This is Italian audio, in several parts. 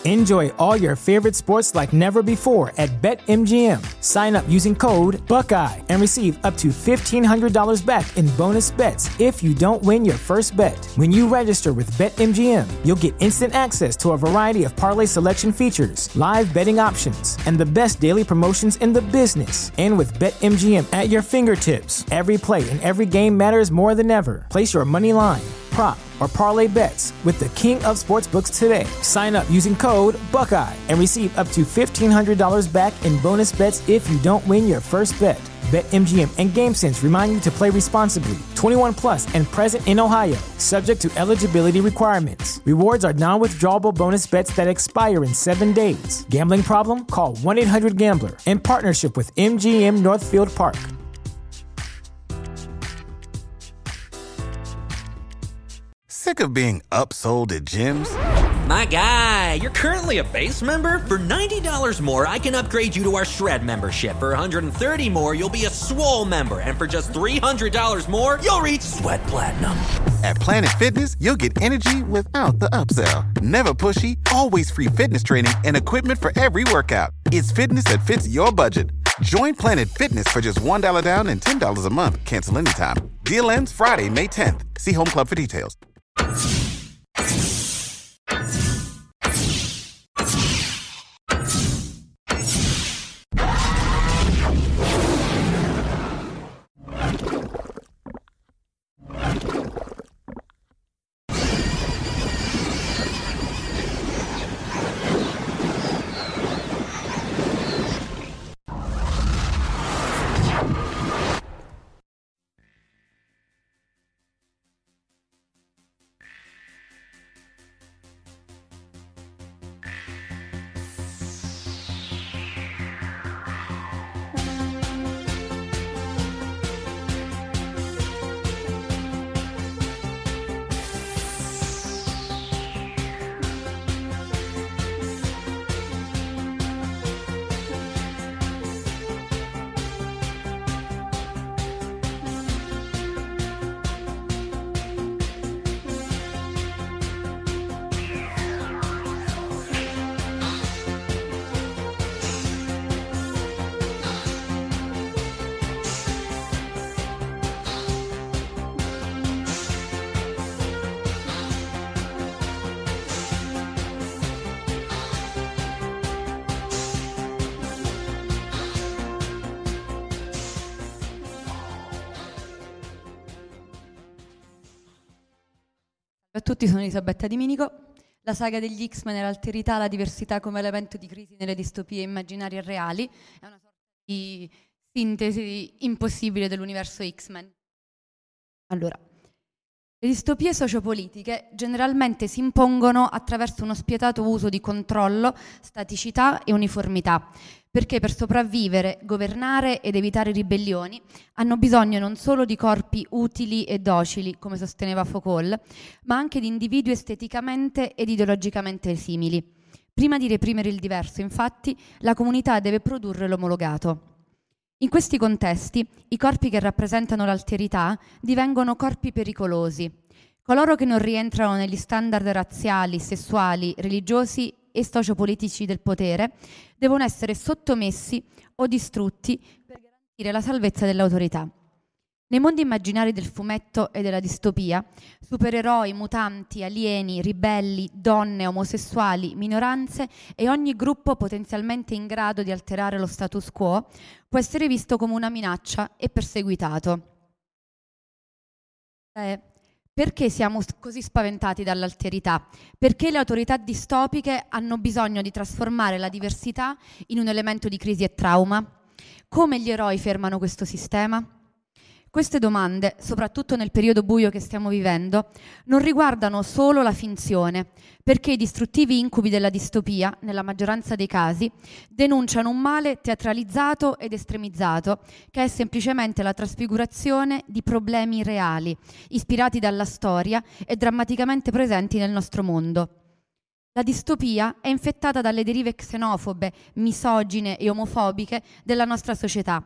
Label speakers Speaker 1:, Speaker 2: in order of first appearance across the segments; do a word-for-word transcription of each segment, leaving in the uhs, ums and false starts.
Speaker 1: Enjoy all your favorite sports like never before at BetMGM. Sign up using code Buckeye and receive up to fifteen hundred dollars back in bonus bets if you don't win your first bet. When you register with BetMGM, you'll get instant access to a variety of parlay selection features, live betting options, and the best daily promotions in the business. And with BetMGM at your fingertips, every play and every game matters more than ever. Place your money line, prop, or parlay bets with the king of sportsbooks today. Sign up using code Buckeye and receive up to fifteen hundred dollars back in bonus bets if you don't win your first bet. BetMGM and GameSense remind you to play responsibly. twenty-one plus and present in Ohio, subject to eligibility requirements. Rewards are non-withdrawable bonus bets that expire in seven days. Gambling problem? Call one eight hundred gambler in partnership with M G M Northfield Park.
Speaker 2: Sick of being upsold at gyms?
Speaker 3: My guy, you're currently a base member? For ninety dollars more, I can upgrade you to our Shred membership. For one hundred thirty dollars more, you'll be a Swole member. And for just three hundred dollars more, you'll reach Sweat Platinum.
Speaker 2: At Planet Fitness, you'll get energy without the upsell. Never pushy, always free fitness training and equipment for every workout. It's fitness that fits your budget. Join Planet Fitness for just one dollar down and ten dollars a month. Cancel anytime. Deal ends Friday, May tenth. See Home Club for details.
Speaker 4: Ciao a tutti, sono Elisabetta Di Minico. La saga degli X-Men e l'alterità, la diversità come elemento di crisi nelle distopie immaginarie e reali è una sorta di sintesi impossibile dell'universo X-Men. Allora, le distopie sociopolitiche generalmente si impongono attraverso uno spietato uso di controllo, staticità e uniformità, perché per sopravvivere, governare ed evitare ribellioni hanno bisogno non solo di corpi utili e docili, come sosteneva Foucault, ma anche di individui esteticamente ed ideologicamente simili. Prima di reprimere il diverso, infatti, la comunità deve produrre l'omologato. In questi contesti, i corpi che rappresentano l'alterità divengono corpi pericolosi. Coloro che non rientrano negli standard razziali, sessuali, religiosi e sociopolitici del potere devono essere sottomessi o distrutti per garantire la salvezza dell'autorità. Nei mondi immaginari del fumetto e della distopia, supereroi, mutanti, alieni, ribelli, donne, omosessuali, minoranze e ogni gruppo potenzialmente in grado di alterare lo status quo può essere visto come una minaccia e perseguitato. Eh, Perché siamo così spaventati dall'alterità? Perché le autorità distopiche hanno bisogno di trasformare la diversità in un elemento di crisi e trauma? Come gli eroi fermano questo sistema? Queste domande, soprattutto nel periodo buio che stiamo vivendo, non riguardano solo la finzione, perché i distruttivi incubi della distopia, nella maggioranza dei casi, denunciano un male teatralizzato ed estremizzato, che è semplicemente la trasfigurazione di problemi reali, ispirati dalla storia e drammaticamente presenti nel nostro mondo. La distopia è infettata dalle derive xenofobe, misogine e omofobiche della nostra società.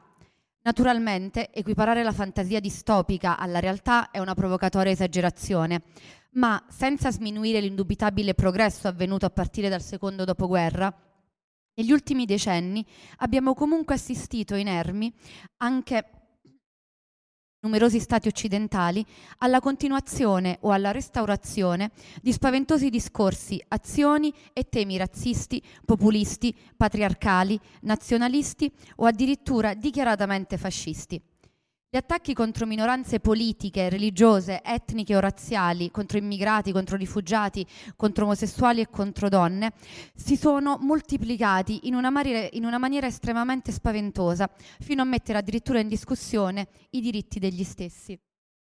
Speaker 4: Naturalmente, equiparare la fantasia distopica alla realtà è una provocatoria esagerazione, ma senza sminuire l'indubitabile progresso avvenuto a partire dal secondo dopoguerra, negli ultimi decenni abbiamo comunque assistito inermi, anche in numerosi stati occidentali, alla continuazione o alla restaurazione di spaventosi discorsi, azioni e temi razzisti, populisti, patriarcali, nazionalisti o addirittura dichiaratamente fascisti. Gli attacchi contro minoranze politiche, religiose, etniche o razziali, contro immigrati, contro rifugiati, contro omosessuali e contro donne, si sono moltiplicati in una, maniera, in una maniera estremamente spaventosa, fino a mettere addirittura in discussione i diritti degli stessi.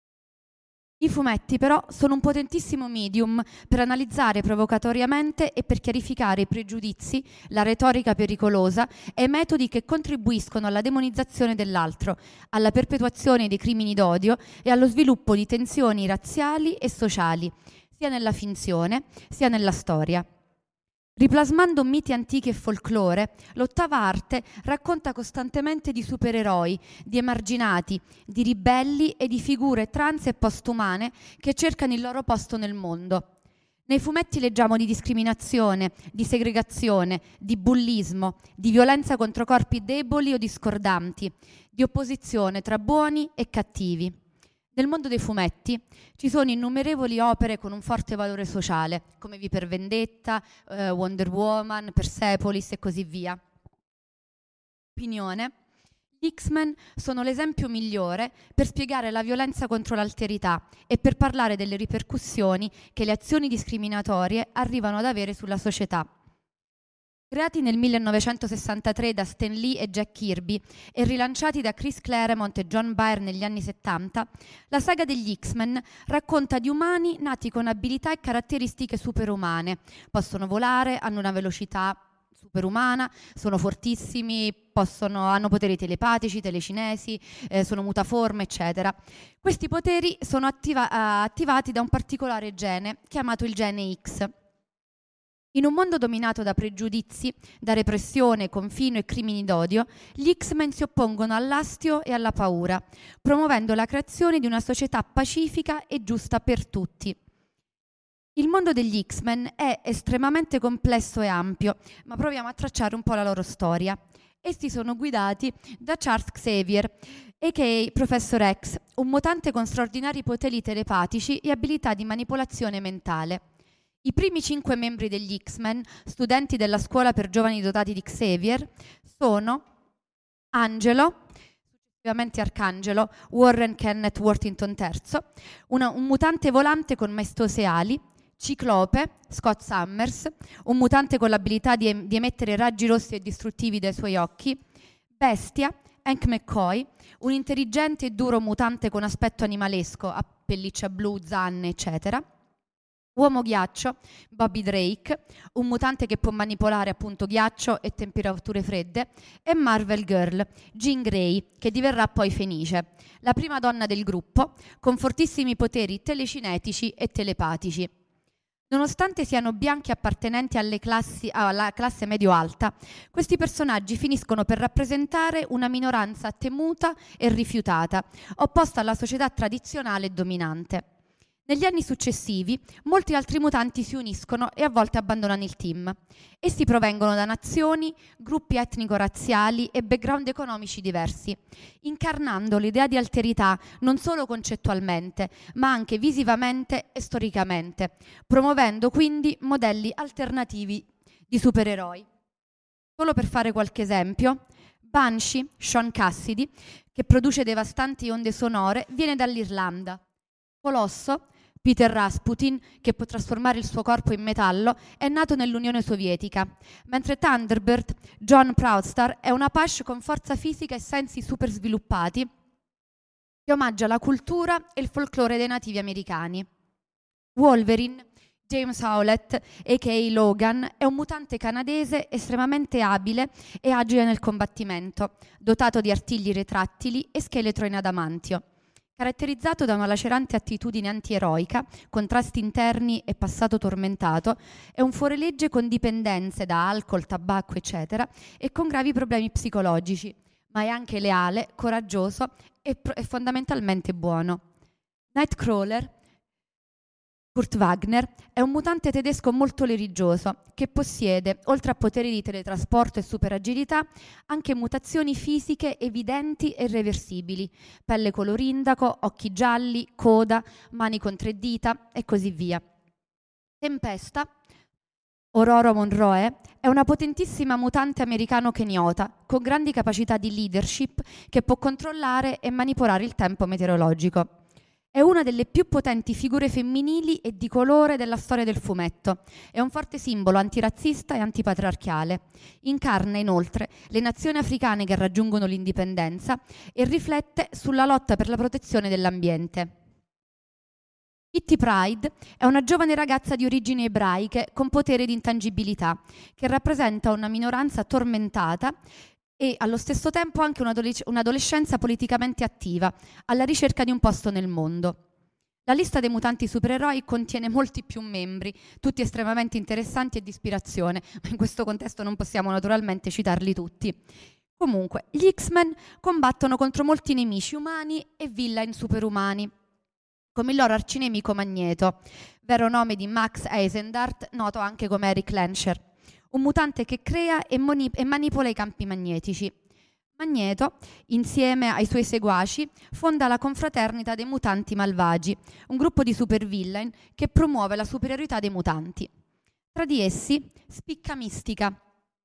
Speaker 4: I fumetti però sono un potentissimo medium per analizzare provocatoriamente e per chiarificare i pregiudizi, la retorica pericolosa e i metodi che contribuiscono alla demonizzazione dell'altro, alla perpetuazione dei crimini d'odio e allo sviluppo di tensioni razziali e sociali, sia nella finzione sia nella storia. Riplasmando miti antichi e folklore, l'ottava arte racconta costantemente di supereroi, di emarginati, di ribelli e di figure trans e postumane che cercano il loro posto nel mondo. Nei fumetti leggiamo di discriminazione, di segregazione, di bullismo, di violenza contro corpi deboli o discordanti, di opposizione tra buoni e cattivi. Nel mondo dei fumetti ci sono innumerevoli opere con un forte valore sociale, come V per Vendetta, eh, Wonder Woman, Persepolis e così via. Opinione: gli X-Men sono l'esempio migliore per spiegare la violenza contro l'alterità e per parlare delle ripercussioni che le azioni discriminatorie arrivano ad avere sulla società. Creati nel millenovecentosessantatré da Stan Lee e Jack Kirby e rilanciati da Chris Claremont e John Byrne negli anni settanta, la saga degli X-Men racconta di umani nati con abilità e caratteristiche superumane. Possono volare, hanno una velocità superumana, sono fortissimi, possono, hanno poteri telepatici, telecinesi, eh, sono mutaforme, eccetera. Questi poteri sono attiva- attivati da un particolare gene chiamato il gene X. In un mondo dominato da pregiudizi, da repressione, confino e crimini d'odio, gli X-Men si oppongono all'astio e alla paura, promuovendo la creazione di una società pacifica e giusta per tutti. Il mondo degli X-Men è estremamente complesso e ampio, ma proviamo a tracciare un po' la loro storia. Essi sono guidati da Charles Xavier, a k a. Professor X, un mutante con straordinari poteri telepatici e abilità di manipolazione mentale. I primi cinque membri degli X-Men, studenti della scuola per giovani dotati di Xavier, sono Angelo, successivamente Arcangelo, Warren Kenneth Worthington terzo, una, un mutante volante con maestose ali, Ciclope, Scott Summers, un mutante con l'abilità di, em- di emettere raggi rossi e distruttivi dai suoi occhi, Bestia, Hank McCoy, un intelligente e duro mutante con aspetto animalesco, a pelliccia blu, zanne, eccetera, Uomo ghiaccio, Bobby Drake, un mutante che può manipolare appunto ghiaccio e temperature fredde, e Marvel Girl, Jean Grey, che diverrà poi Fenice, la prima donna del gruppo, con fortissimi poteri telecinetici e telepatici. Nonostante siano bianchi appartenenti alle classi, alla classe medio-alta, questi personaggi finiscono per rappresentare una minoranza temuta e rifiutata, opposta alla società tradizionale e dominante. Negli anni successivi, molti altri mutanti si uniscono e a volte abbandonano il team. Essi provengono da nazioni, gruppi etnico-razziali e background economici diversi, incarnando l'idea di alterità non solo concettualmente, ma anche visivamente e storicamente, promuovendo quindi modelli alternativi di supereroi. Solo per fare qualche esempio, Banshee, Sean Cassidy, che produce devastanti onde sonore, viene dall'Irlanda. Colosso, Peter Rasputin, che può trasformare il suo corpo in metallo, è nato nell'Unione Sovietica, mentre Thunderbird, John Proudstar, è un Apache con forza fisica e sensi super sviluppati che omaggia la cultura e il folklore dei nativi americani. Wolverine, James Howlett, a k a. Logan, è un mutante canadese estremamente abile e agile nel combattimento, dotato di artigli retrattili e scheletro in adamantio. Caratterizzato da una lacerante attitudine antieroica, contrasti interni e passato tormentato, è un fuorilegge con dipendenze da alcol, tabacco, eccetera, e con gravi problemi psicologici, ma è anche leale, coraggioso e, pro- e fondamentalmente buono. Nightcrawler, Kurt Wagner è un mutante tedesco molto religioso che possiede, oltre a poteri di teletrasporto e superagilità, anche mutazioni fisiche evidenti e irreversibili: pelle color indaco, occhi gialli, coda, mani con tre dita e così via. Tempesta, Ororo Monroe, è una potentissima mutante americano-keniota con grandi capacità di leadership che può controllare e manipolare il tempo meteorologico. È una delle più potenti figure femminili e di colore della storia del fumetto. È un forte simbolo antirazzista e antipatriarcale. Incarna inoltre le nazioni africane che raggiungono l'indipendenza e riflette sulla lotta per la protezione dell'ambiente. Kitty Pryde è una giovane ragazza di origini ebraiche con potere di intangibilità, che rappresenta una minoranza tormentata e allo stesso tempo anche un'adolescenza politicamente attiva, alla ricerca di un posto nel mondo. La lista dei mutanti supereroi contiene molti più membri, tutti estremamente interessanti e di ispirazione, ma in questo contesto non possiamo naturalmente citarli tutti. Comunque, gli X-Men combattono contro molti nemici umani e villain superumani, come il loro arcinemico Magneto, vero nome di Max Eisendrath, noto anche come Eric Lenscher, un mutante che crea e, moni- e manipola i campi magnetici. Magneto, insieme ai suoi seguaci, fonda la Confraternita dei Mutanti Malvagi, un gruppo di supervillain che promuove la superiorità dei mutanti. Tra di essi spicca Mistica,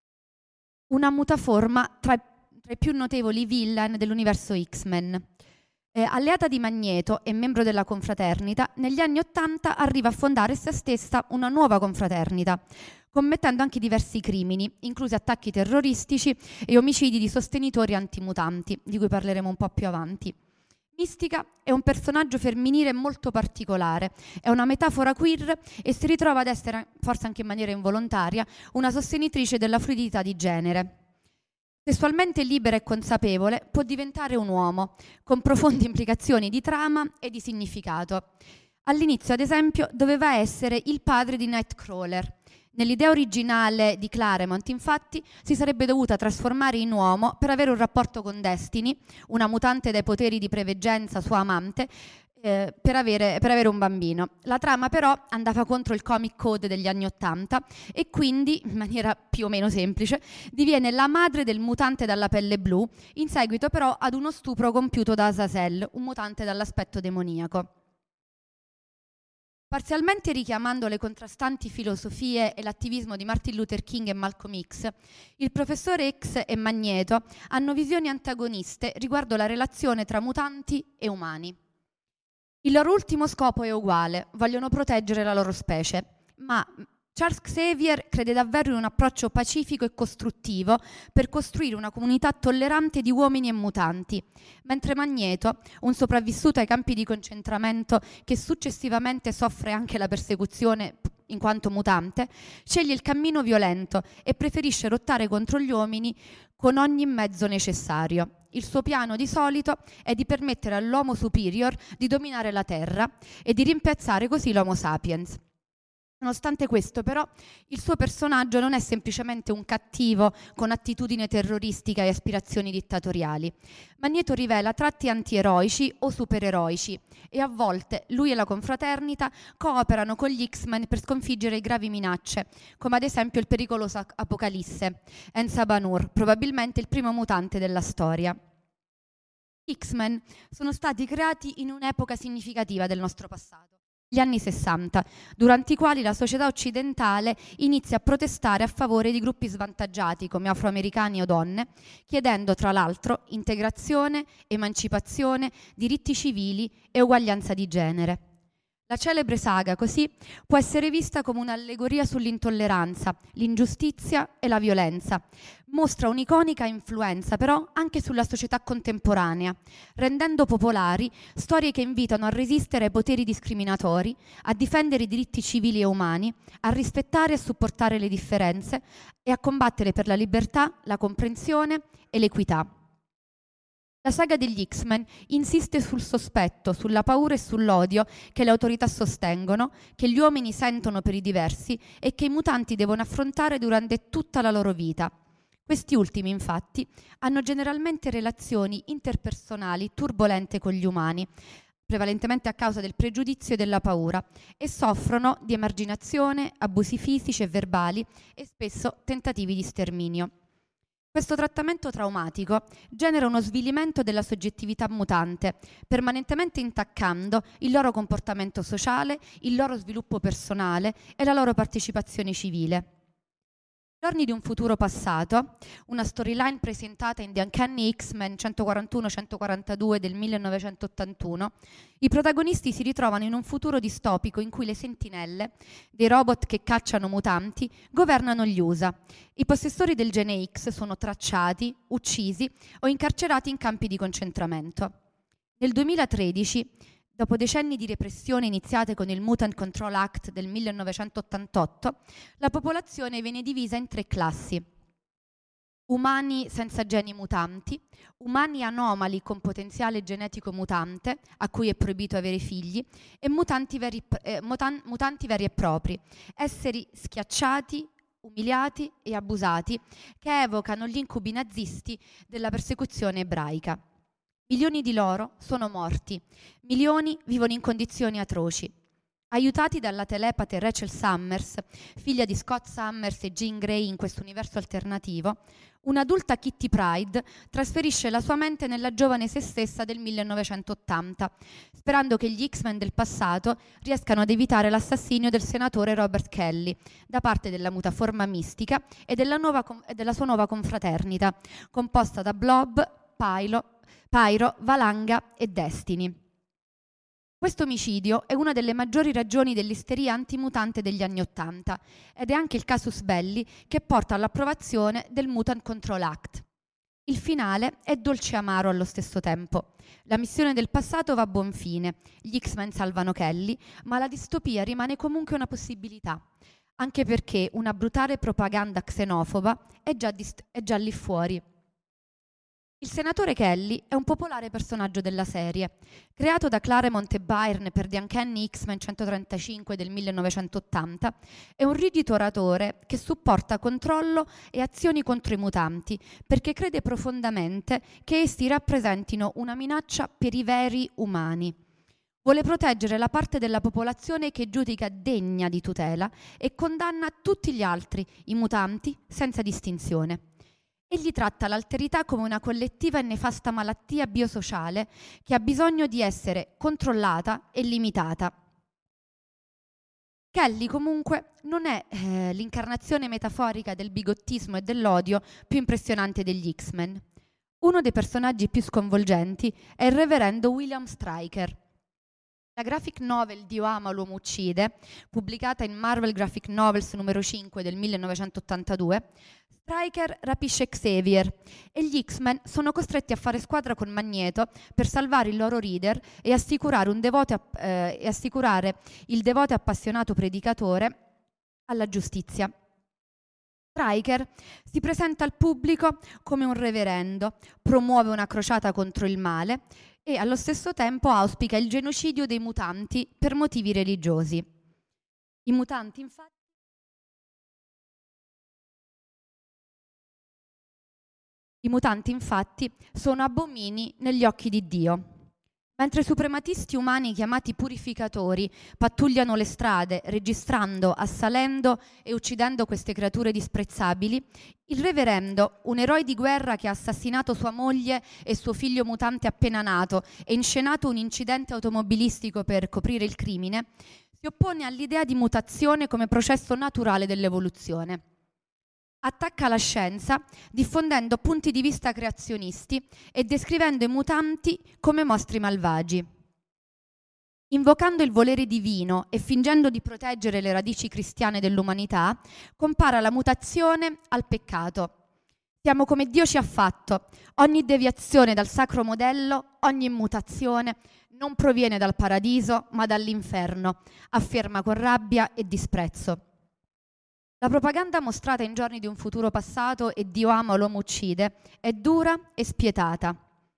Speaker 4: una mutaforma tra, tra i più notevoli villain dell'universo X-Men. Eh, alleata di Magneto e membro della confraternita, negli anni Ottanta arriva a fondare se stessa una nuova confraternita, commettendo anche diversi crimini, inclusi attacchi terroristici e omicidi di sostenitori antimutanti, di cui parleremo un po' più avanti. Mistica è un personaggio femminile molto particolare, è una metafora queer e si ritrova ad essere, forse anche in maniera involontaria, una sostenitrice della fluidità di genere. Sessualmente libera e consapevole, può diventare un uomo, con profonde implicazioni di trama e di significato. All'inizio, ad esempio, doveva essere il padre di Nightcrawler. Nell'idea originale di Claremont, infatti, si sarebbe dovuta trasformare in uomo per avere un rapporto con Destiny, una mutante dai poteri di preveggenza, sua amante, eh, per, avere, per avere un bambino. La trama però andava contro il comic code degli anni Ottanta e quindi, in maniera più o meno semplice, diviene la madre del mutante dalla pelle blu, in seguito però ad uno stupro compiuto da Azazel, un mutante dall'aspetto demoniaco. Parzialmente richiamando le contrastanti filosofie e l'attivismo di Martin Luther King e Malcolm X, il professore X e Magneto hanno visioni antagoniste riguardo la relazione tra mutanti e umani. Il loro ultimo scopo è uguale, vogliono proteggere la loro specie, ma Charles Xavier crede davvero in un approccio pacifico e costruttivo per costruire una comunità tollerante di uomini e mutanti, mentre Magneto, un sopravvissuto ai campi di concentramento che successivamente soffre anche la persecuzione in quanto mutante, sceglie il cammino violento e preferisce lottare contro gli uomini con ogni mezzo necessario. Il suo piano di solito è di permettere all'Homo Superior di dominare la Terra e di rimpiazzare così l'Homo Sapiens. Nonostante questo, però, il suo personaggio non è semplicemente un cattivo con attitudine terroristica e aspirazioni dittatoriali. Magneto rivela tratti antieroici o supereroici e a volte lui e la confraternita cooperano con gli X-Men per sconfiggere gravi minacce, come ad esempio il pericoloso Apocalisse, Ensa Banur, probabilmente il primo mutante della storia. Gli X-Men sono stati creati in un'epoca significativa del nostro passato, gli anni sessanta, durante i quali la società occidentale inizia a protestare a favore di gruppi svantaggiati come afroamericani o donne, chiedendo tra l'altro integrazione, emancipazione, diritti civili e uguaglianza di genere. La celebre saga, così, può essere vista come un'allegoria sull'intolleranza, l'ingiustizia e la violenza. Mostra un'iconica influenza, però, anche sulla società contemporanea, rendendo popolari storie che invitano a resistere ai poteri discriminatori, a difendere i diritti civili e umani, a rispettare e supportare le differenze e a combattere per la libertà, la comprensione e l'equità. La saga degli X-Men insiste sul sospetto, sulla paura e sull'odio che le autorità sostengono, che gli uomini sentono per i diversi e che i mutanti devono affrontare durante tutta la loro vita. Questi ultimi, infatti, hanno generalmente relazioni interpersonali turbolente con gli umani, prevalentemente a causa del pregiudizio e della paura, e soffrono di emarginazione, abusi fisici e verbali e spesso tentativi di sterminio. Questo trattamento traumatico genera uno svilimento della soggettività mutante, permanentemente intaccando il loro comportamento sociale, il loro sviluppo personale e la loro partecipazione civile. Giorni di un futuro passato, una storyline presentata in The Uncanny X-Men centoquarantuno centoquarantadue del millenovecentottantuno, i protagonisti si ritrovano in un futuro distopico in cui le sentinelle, dei robot che cacciano mutanti, governano gli U S A. I possessori del gene X sono tracciati, uccisi o incarcerati in campi di concentramento. Nel duemilatredici, dopo decenni di repressione iniziate con il Mutant Control Act del millenovecentottantotto, la popolazione viene divisa in tre classi: umani senza geni mutanti, umani anomali con potenziale genetico mutante, a cui è proibito avere figli, e mutanti veri, eh, mutan- mutanti veri e propri, esseri schiacciati, umiliati e abusati, che evocano gli incubi nazisti della persecuzione ebraica. Milioni di loro sono morti, milioni vivono in condizioni atroci. Aiutati dalla telepate Rachel Summers, figlia di Scott Summers e Jean Grey in questo universo alternativo, un'adulta Kitty Pryde trasferisce la sua mente nella giovane se stessa del millenovecentottanta, sperando che gli X-Men del passato riescano ad evitare l'assassinio del senatore Robert Kelly da parte della mutaforma mistica e della, nuova, e della sua nuova confraternita, composta da Blob, Pylo, Pyro, Valanga e Destiny. Questo omicidio è una delle maggiori ragioni dell'isteria antimutante degli anni Ottanta ed è anche il casus belli che porta all'approvazione del Mutant Control Act. Il finale è dolce e amaro allo stesso tempo. La missione del passato va a buon fine, gli X-Men salvano Kelly, ma la distopia rimane comunque una possibilità, anche perché una brutale propaganda xenofoba è già, dist- è già lì fuori. Il senatore Kelly è un popolare personaggio della serie. Creato da Claremont e Byrne per The Uncanny X-Men centotrentacinque del millenovecentottanta, è un rigido oratore che supporta controllo e azioni contro i mutanti perché crede profondamente che essi rappresentino una minaccia per i veri umani. Vuole proteggere la parte della popolazione che giudica degna di tutela e condanna tutti gli altri, i mutanti, senza distinzione. Egli tratta l'alterità come una collettiva e nefasta malattia biosociale che ha bisogno di essere controllata e limitata. Kelly comunque non è eh, l'incarnazione metaforica del bigottismo e dell'odio più impressionante degli X-Men. Uno dei personaggi più sconvolgenti è il reverendo William Stryker. La graphic novel Dio ama, l'uomo uccide, pubblicata in Marvel Graphic Novels numero cinque del millenovecentottantadue, Stryker rapisce Xavier e gli X-Men sono costretti a fare squadra con Magneto per salvare il loro leader e assicurare, un devoto, eh, e assicurare il devoto e appassionato predicatore alla giustizia. Stryker si presenta al pubblico come un reverendo, promuove una crociata contro il male e allo stesso tempo auspica il genocidio dei mutanti per motivi religiosi. I mutanti, infatti, I mutanti, infatti, sono abomini negli occhi di Dio. Mentre suprematisti umani chiamati purificatori pattugliano le strade, registrando, assalendo e uccidendo queste creature disprezzabili, il reverendo, un eroe di guerra che ha assassinato sua moglie e suo figlio mutante appena nato e inscenato un incidente automobilistico per coprire il crimine, si oppone all'idea di mutazione come processo naturale dell'evoluzione. Attacca la scienza diffondendo punti di vista creazionisti e descrivendo i mutanti come mostri malvagi. Invocando il volere divino e fingendo di proteggere le radici cristiane dell'umanità, compara la mutazione al peccato. Siamo come Dio ci ha fatto. Ogni deviazione dal sacro modello, ogni mutazione non proviene dal paradiso ma dall'inferno, afferma con rabbia e disprezzo. La propaganda mostrata in Giorni di un futuro passato e Dio ama, l'uomo uccide è dura e spietata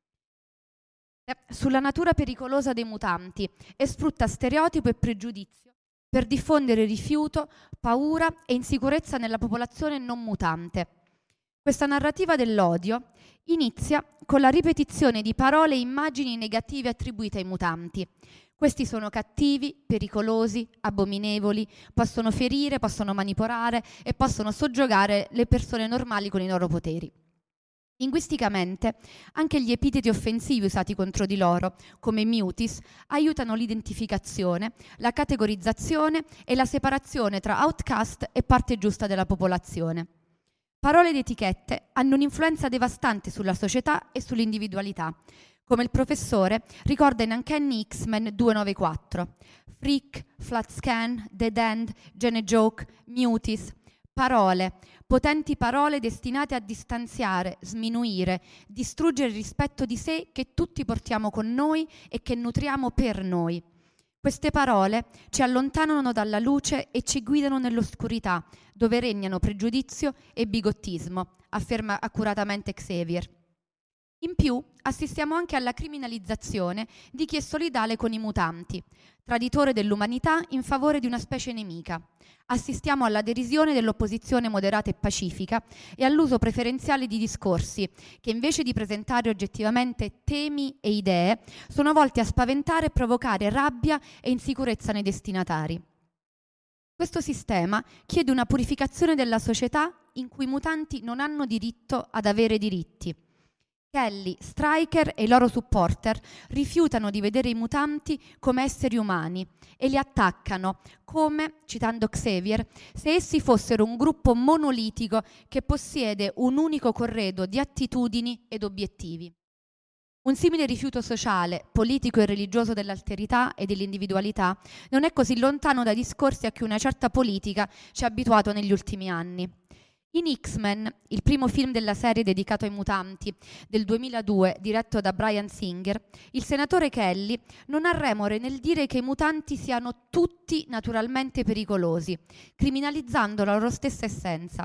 Speaker 4: sulla natura pericolosa dei mutanti e sfrutta stereotipo e pregiudizio per diffondere rifiuto, paura e insicurezza nella popolazione non mutante. Questa narrativa dell'odio inizia con la ripetizione di parole e immagini negative attribuite ai mutanti. Questi sono cattivi, pericolosi, abominevoli, possono ferire, possono manipolare e possono soggiogare le persone normali con i loro poteri. Linguisticamente, anche gli epiteti offensivi usati contro di loro, come mutis, aiutano l'identificazione, la categorizzazione e la separazione tra outcast e parte giusta della popolazione. Parole ed etichette hanno un'influenza devastante sulla società e sull'individualità, come il professore ricorda in Uncanny X-Men duecentonovantaquattro. Freak, flat scan, dead end, gene joke, mutis, parole, potenti parole destinate a distanziare, sminuire, distruggere il rispetto di sé che tutti portiamo con noi e che nutriamo per noi. Queste parole ci allontanano dalla luce e ci guidano nell'oscurità, dove regnano pregiudizio e bigottismo, afferma accuratamente Xavier. In più, assistiamo anche alla criminalizzazione di chi è solidale con i mutanti, traditore dell'umanità in favore di una specie nemica. Assistiamo alla derisione dell'opposizione moderata e pacifica e all'uso preferenziale di discorsi che, invece di presentare oggettivamente temi e idee, sono volti a spaventare e provocare rabbia e insicurezza nei destinatari. Questo sistema chiede una purificazione della società in cui i mutanti non hanno diritto ad avere diritti. Kelly, Stryker e i loro supporter rifiutano di vedere i mutanti come esseri umani e li attaccano come, citando Xavier, se essi fossero un gruppo monolitico che possiede un unico corredo di attitudini ed obiettivi. Un simile rifiuto sociale, politico e religioso dell'alterità e dell'individualità non è così lontano dai discorsi a cui una certa politica ci ha abituato negli ultimi anni. In X-Men, il primo film della serie dedicato ai mutanti del duemiladue, diretto da Bryan Singer, il senatore Kelly non ha remore nel dire che i mutanti siano tutti naturalmente pericolosi, criminalizzando la loro stessa essenza.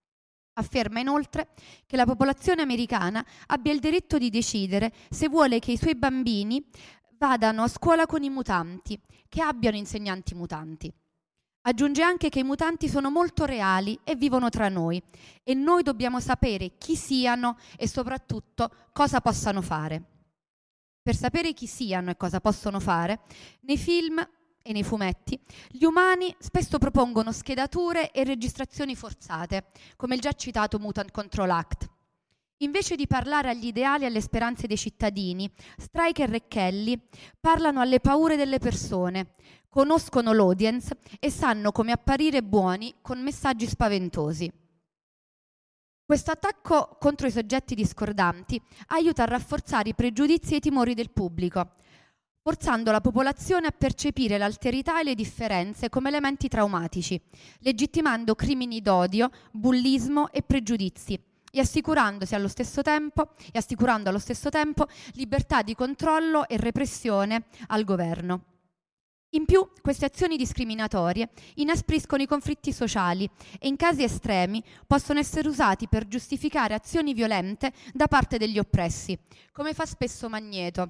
Speaker 4: Afferma inoltre che la popolazione americana abbia il diritto di decidere se vuole che i suoi bambini vadano a scuola con i mutanti, che abbiano insegnanti mutanti. Aggiunge anche che i mutanti sono molto reali e vivono tra noi e noi dobbiamo sapere chi siano e soprattutto cosa possano fare. Per sapere chi siano e cosa possono fare, nei film e nei fumetti, gli umani spesso propongono schedature e registrazioni forzate, come il già citato Mutant Control Act. Invece di parlare agli ideali e alle speranze dei cittadini, Stryker e Kelly parlano alle paure delle persone, conoscono l'audience e sanno come apparire buoni con messaggi spaventosi. Questo attacco contro i soggetti discordanti aiuta a rafforzare i pregiudizi e i timori del pubblico, forzando la popolazione a percepire l'alterità e le differenze come elementi traumatici, legittimando crimini d'odio, bullismo e pregiudizi, e assicurandosi allo stesso tempo, e assicurando allo stesso tempo libertà di controllo e repressione al governo. In più, queste azioni discriminatorie inaspriscono i conflitti sociali e in casi estremi possono essere usati per giustificare azioni violente da parte degli oppressi, come fa spesso Magneto,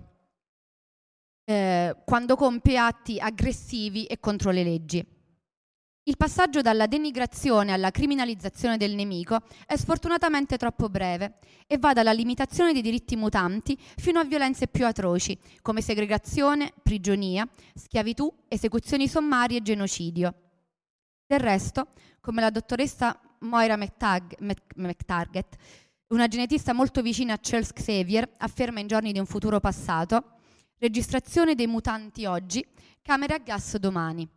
Speaker 4: eh, quando compie atti aggressivi e contro le leggi. Il passaggio dalla denigrazione alla criminalizzazione del nemico è sfortunatamente troppo breve e va dalla limitazione dei diritti mutanti fino a violenze più atroci, come segregazione, prigionia, schiavitù, esecuzioni sommarie e genocidio. Del resto, come la dottoressa Moira McTag- McTarget, una genetista molto vicina a Charles Xavier, afferma in Giorni di un futuro passato, registrazione dei mutanti oggi, camere a gas domani.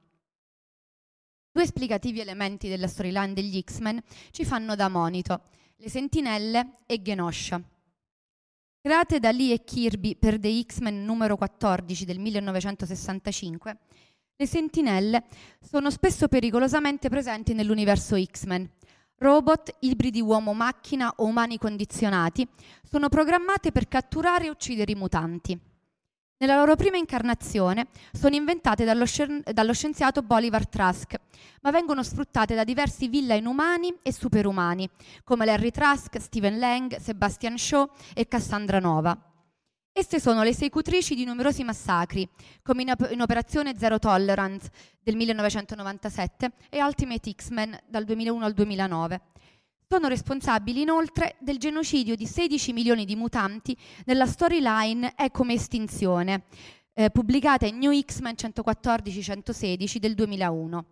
Speaker 4: Due esplicativi elementi della storyline degli X-Men ci fanno da monito, le sentinelle e Genosha. Create da Lee e Kirby per The X-Men numero quattordici del millenovecentosessantacinque, le sentinelle sono spesso pericolosamente presenti nell'universo X-Men. Robot, ibridi uomo-macchina o umani condizionati sono programmate per catturare e uccidere i mutanti. Nella loro prima incarnazione sono inventate dallo, sci- dallo scienziato Bolivar Trask, ma vengono sfruttate da diversi villain umani e superumani, come Larry Trask, Stephen Lang, Sebastian Shaw e Cassandra Nova. Esse sono le esecutrici di numerosi massacri, come in, op- in Operazione Zero Tolerance del millenovecentonovantasette e Ultimate X-Men dal duemilauno al duemilanove. sono responsabili inoltre del genocidio di sedici milioni di mutanti nella storyline È come estinzione, eh, pubblicata in New X-Men centoquattordici centosedici del duemilauno.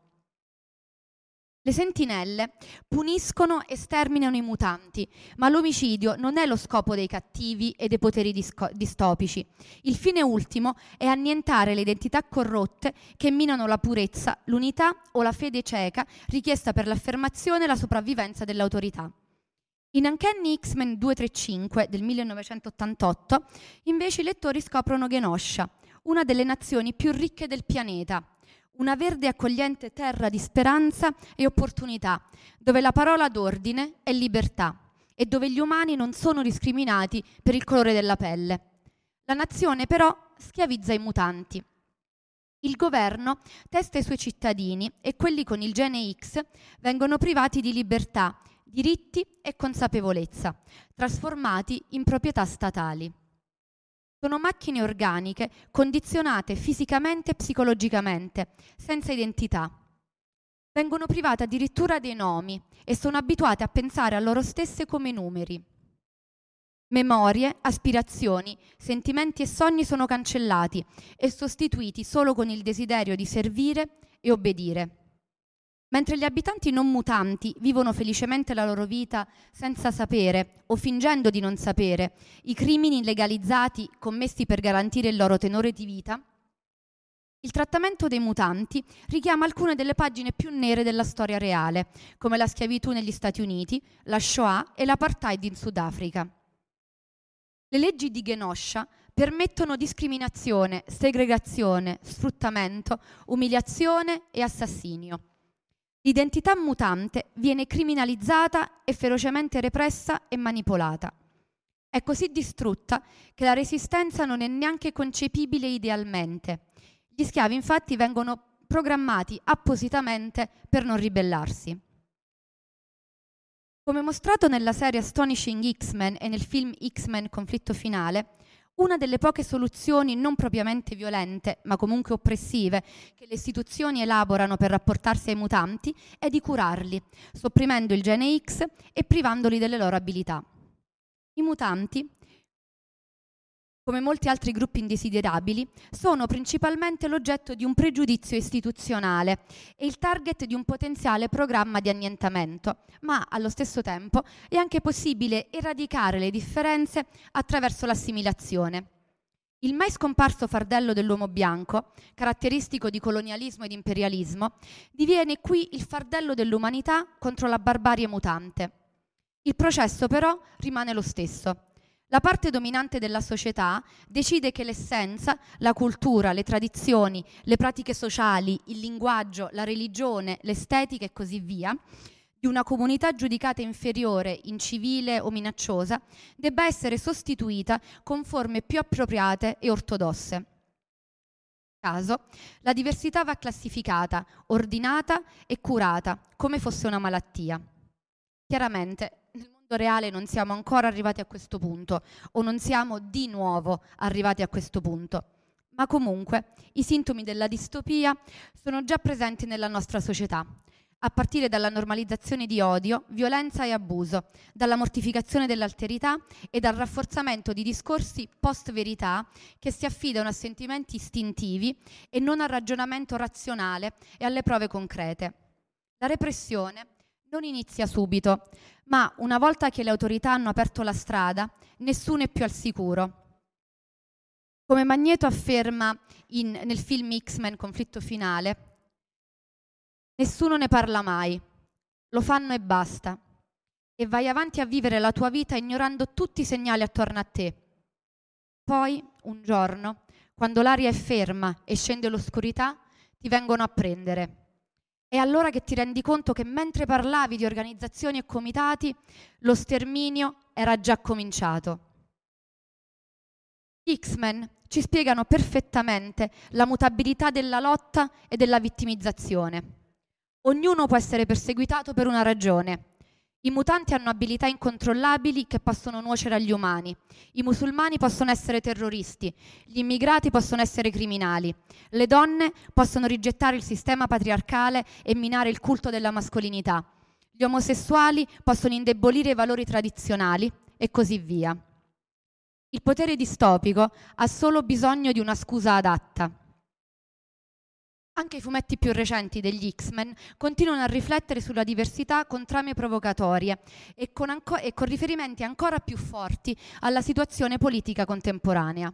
Speaker 4: Le sentinelle puniscono e sterminano i mutanti, ma l'omicidio non è lo scopo dei cattivi e dei poteri disco- distopici. Il fine ultimo è annientare le identità corrotte che minano la purezza, l'unità o la fede cieca richiesta per l'affermazione e la sopravvivenza dell'autorità. In Uncanny X-Men duecentotrentacinque del millenovecentottantotto, invece, i lettori scoprono Genosha, una delle nazioni più ricche del pianeta, una verde e accogliente terra di speranza e opportunità, dove la parola d'ordine è libertà e dove gli umani non sono discriminati per il colore della pelle. La nazione però schiavizza i mutanti. Il governo testa i suoi cittadini e quelli con il gene X vengono privati di libertà, diritti e consapevolezza, trasformati in proprietà statali. Sono macchine organiche condizionate fisicamente e psicologicamente, senza identità. Vengono private addirittura dei nomi e sono abituate a pensare a loro stesse come numeri. Memorie, aspirazioni, sentimenti e sogni sono cancellati e sostituiti solo con il desiderio di servire e obbedire. Mentre gli abitanti non mutanti vivono felicemente la loro vita senza sapere o fingendo di non sapere i crimini legalizzati commessi per garantire il loro tenore di vita, il trattamento dei mutanti richiama alcune delle pagine più nere della storia reale, come la schiavitù negli Stati Uniti, la Shoah e l'apartheid in Sudafrica. Le leggi di Genosha permettono discriminazione, segregazione, sfruttamento, umiliazione e assassinio. L'identità mutante viene criminalizzata e ferocemente repressa e manipolata. È così distrutta che la resistenza non è neanche concepibile idealmente. Gli schiavi infatti vengono programmati appositamente per non ribellarsi. Come mostrato nella serie Astonishing X-Men e nel film X-Men Conflitto Finale, una delle poche soluzioni non propriamente violente, ma comunque oppressive, che le istituzioni elaborano per rapportarsi ai mutanti è di curarli, sopprimendo il gene X e privandoli delle loro abilità. I mutanti, come molti altri gruppi indesiderabili, sono principalmente l'oggetto di un pregiudizio istituzionale e il target di un potenziale programma di annientamento, ma allo stesso tempo è anche possibile eradicare le differenze attraverso l'assimilazione. Il mai scomparso fardello dell'uomo bianco, caratteristico di colonialismo ed imperialismo, diviene qui il fardello dell'umanità contro la barbarie mutante. Il processo però rimane lo stesso. La parte dominante della società decide che l'essenza, la cultura, le tradizioni, le pratiche sociali, il linguaggio, la religione, l'estetica e così via, di una comunità giudicata inferiore, incivile o minacciosa, debba essere sostituita con forme più appropriate e ortodosse. In caso, la diversità va classificata, ordinata e curata, come fosse una malattia. Chiaramente, nel mondo reale non siamo ancora arrivati a questo punto, o non siamo di nuovo arrivati a questo punto. Ma comunque, i sintomi della distopia sono già presenti nella nostra società, a partire dalla normalizzazione di odio, violenza e abuso, dalla mortificazione dell'alterità e dal rafforzamento di discorsi post-verità che si affidano a sentimenti istintivi e non al ragionamento razionale e alle prove concrete. La repressione non inizia subito, ma una volta che le autorità hanno aperto la strada, nessuno è più al sicuro. Come Magneto afferma in, nel film X-Men Conflitto Finale, nessuno ne parla mai, lo fanno e basta, e vai avanti a vivere la tua vita ignorando tutti i segnali attorno a te. Poi, un giorno, quando l'aria è ferma e scende l'oscurità, ti vengono a prendere. È allora che ti rendi conto che mentre parlavi di organizzazioni e comitati, lo sterminio era già cominciato. Gli X-Men ci spiegano perfettamente la mutabilità della lotta e della vittimizzazione. Ognuno può essere perseguitato per una ragione. I mutanti hanno abilità incontrollabili che possono nuocere agli umani. I musulmani possono essere terroristi. Gli immigrati possono essere criminali. Le donne possono rigettare il sistema patriarcale e minare il culto della mascolinità. gli omosessuali possono indebolire i valori tradizionali e così via. Il potere distopico ha solo bisogno di una scusa adatta. Anche i fumetti più recenti degli X-Men continuano a riflettere sulla diversità con trame provocatorie e con, anco- e con riferimenti ancora più forti alla situazione politica contemporanea.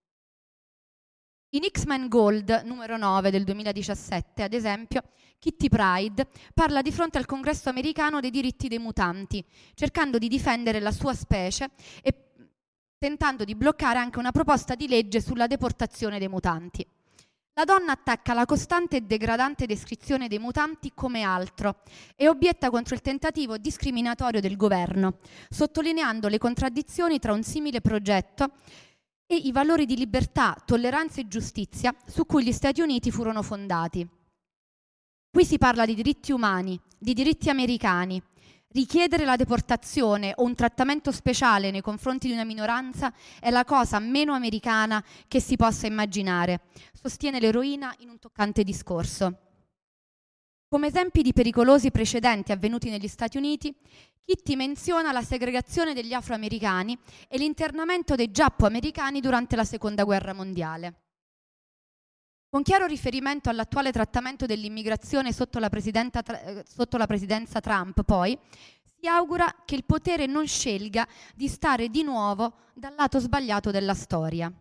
Speaker 4: In X-Men Gold numero nove del duemiladiciassette, ad esempio, Kitty Pryde parla di fronte al Congresso americano dei diritti dei mutanti, cercando di difendere la sua specie e tentando di bloccare anche una proposta di legge sulla deportazione dei mutanti. La donna attacca la costante e degradante descrizione dei mutanti come altro e obietta contro il tentativo discriminatorio del governo, sottolineando le contraddizioni tra un simile progetto e i valori di libertà, tolleranza e giustizia su cui gli Stati Uniti furono fondati. Qui si parla di diritti umani, di diritti americani. Richiedere la deportazione o un trattamento speciale nei confronti di una minoranza è la cosa meno americana che si possa immaginare, sostiene l'eroina in un toccante discorso. Come esempi di pericolosi precedenti avvenuti negli Stati Uniti, Kitty menziona la segregazione degli afroamericani e l'internamento dei giappo-americani durante la Seconda Guerra Mondiale. Con chiaro riferimento all'attuale trattamento dell'immigrazione sotto la, sotto la presidenza Trump, poi, si augura che il potere non scelga di stare di nuovo dal lato sbagliato della storia.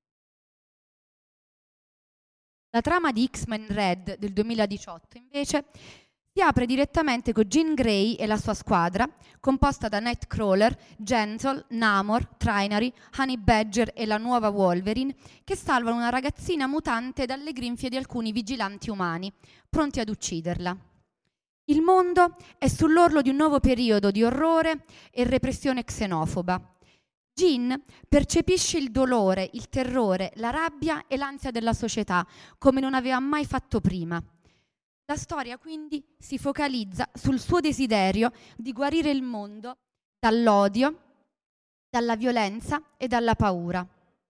Speaker 4: La trama di X-Men Red del duemiladiciotto, invece, si apre direttamente con Jean Grey e la sua squadra, composta da Nightcrawler, Gentle, Namor, Trinary, Honey Badger e la nuova Wolverine, che salvano una ragazzina mutante dalle grinfie di alcuni vigilanti umani, pronti ad ucciderla. Il mondo è sull'orlo di un nuovo periodo di orrore e repressione xenofoba. Jean percepisce il dolore, il terrore, la rabbia e l'ansia della società come non aveva mai fatto prima. La storia quindi si focalizza sul suo desiderio di guarire il mondo dall'odio, dalla violenza e dalla paura.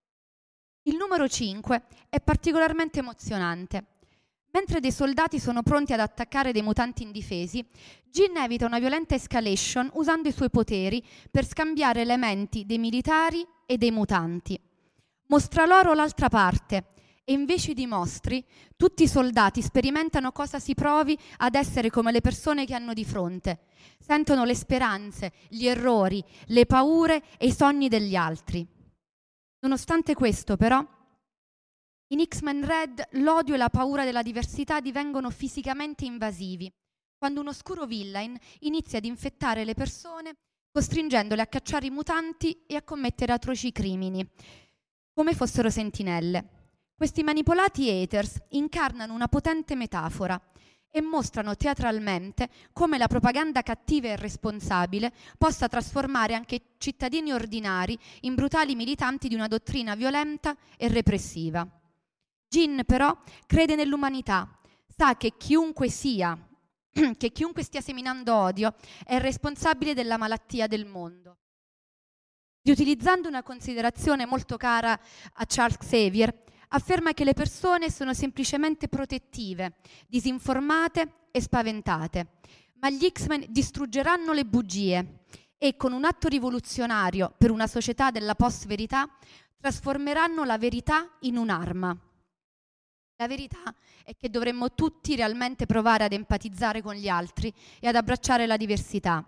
Speaker 4: Il numero cinque è particolarmente emozionante. Mentre dei soldati sono pronti ad attaccare dei mutanti indifesi, Jean evita una violenta escalation usando i suoi poteri per scambiare elementi dei militari e dei mutanti. Mostra loro l'altra parte e invece di mostri, tutti i soldati sperimentano cosa si provi ad essere come le persone che hanno di fronte. Sentono le speranze, gli errori, le paure e i sogni degli altri. Nonostante questo, però, in X-Men Red l'odio e la paura della diversità divengono fisicamente invasivi, quando un oscuro villain inizia ad infettare le persone, costringendole a cacciare i mutanti e a commettere atroci crimini, come fossero sentinelle. Questi manipolati haters incarnano una potente metafora e mostrano teatralmente come la propaganda cattiva e irresponsabile possa trasformare anche cittadini ordinari in brutali militanti di una dottrina violenta e repressiva. Jean però crede nell'umanità, sa che chiunque sia, che chiunque stia seminando odio è responsabile della malattia del mondo. Riutilizzando una considerazione molto cara a Charles Xavier, afferma che le persone sono semplicemente protettive, disinformate e spaventate, ma gli X-Men distruggeranno le bugie e con un atto rivoluzionario per una società della post-verità trasformeranno la verità in un'arma. La verità è che dovremmo tutti realmente provare ad empatizzare con gli altri e ad abbracciare la diversità.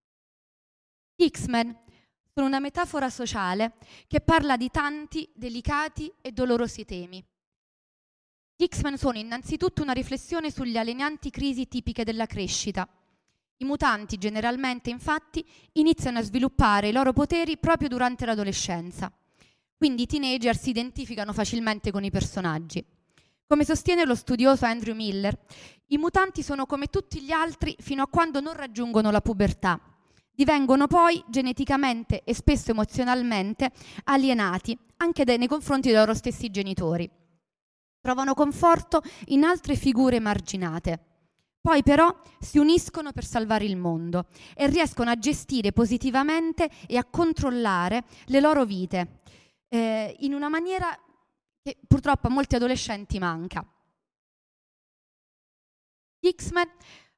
Speaker 4: Gli X-Men sono una metafora sociale che parla di tanti delicati e dolorosi temi. Gli X-Men sono innanzitutto una riflessione sugli alienanti crisi tipiche della crescita. I mutanti generalmente, infatti, iniziano a sviluppare i loro poteri proprio durante l'adolescenza. Quindi i teenager si identificano facilmente con i personaggi. Come sostiene lo studioso Andrew Miller, i mutanti sono come tutti gli altri fino a quando non raggiungono la pubertà. Divengono poi geneticamente e spesso emozionalmente alienati anche nei confronti dei loro stessi genitori. Trovano conforto in altre figure emarginate. Poi però si uniscono per salvare il mondo e riescono a gestire positivamente e a controllare le loro vite eh, in una maniera che purtroppo a molti adolescenti manca. Gli X-Men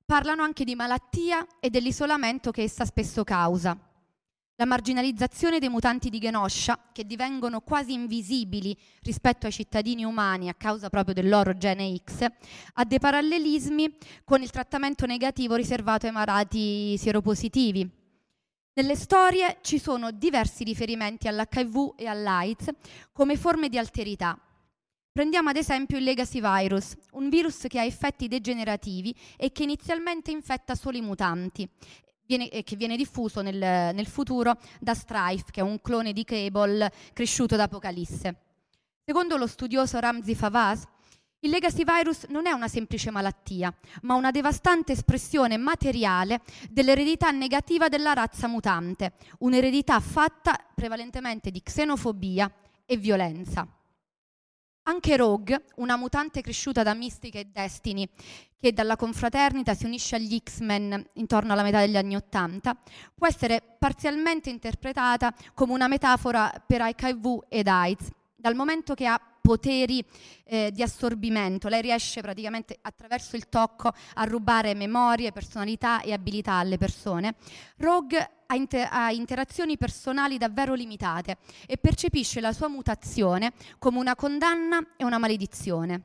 Speaker 4: parlano anche di malattia e dell'isolamento che essa spesso causa. La marginalizzazione dei mutanti di Genosha, che divengono quasi invisibili rispetto ai cittadini umani a causa proprio del loro gene X, ha dei parallelismi con il trattamento negativo riservato ai malati sieropositivi. Nelle storie ci sono diversi riferimenti all'H I V e all'AIDS come forme di alterità. Prendiamo ad esempio il Legacy Virus, un virus che ha effetti degenerativi e che inizialmente infetta solo i mutanti, Viene, eh, che viene diffuso nel, nel futuro da Strife, che è un clone di Cable cresciuto da Apocalisse. Secondo lo studioso Ramzi Fawaz, il Legacy Virus non è una semplice malattia, ma una devastante espressione materiale dell'eredità negativa della razza mutante, un'eredità fatta prevalentemente di xenofobia e violenza. Anche Rogue, una mutante cresciuta da Mystic e Destiny, che dalla confraternita si unisce agli X-Men intorno alla metà degli anni Ottanta, può essere parzialmente interpretata come una metafora per H I V ed AIDS, dal momento che ha poteri eh, di assorbimento. Lei riesce praticamente attraverso il tocco a rubare memorie, personalità e abilità alle persone. Rogue ha, inter- ha interazioni personali davvero limitate e percepisce la sua mutazione come una condanna e una maledizione.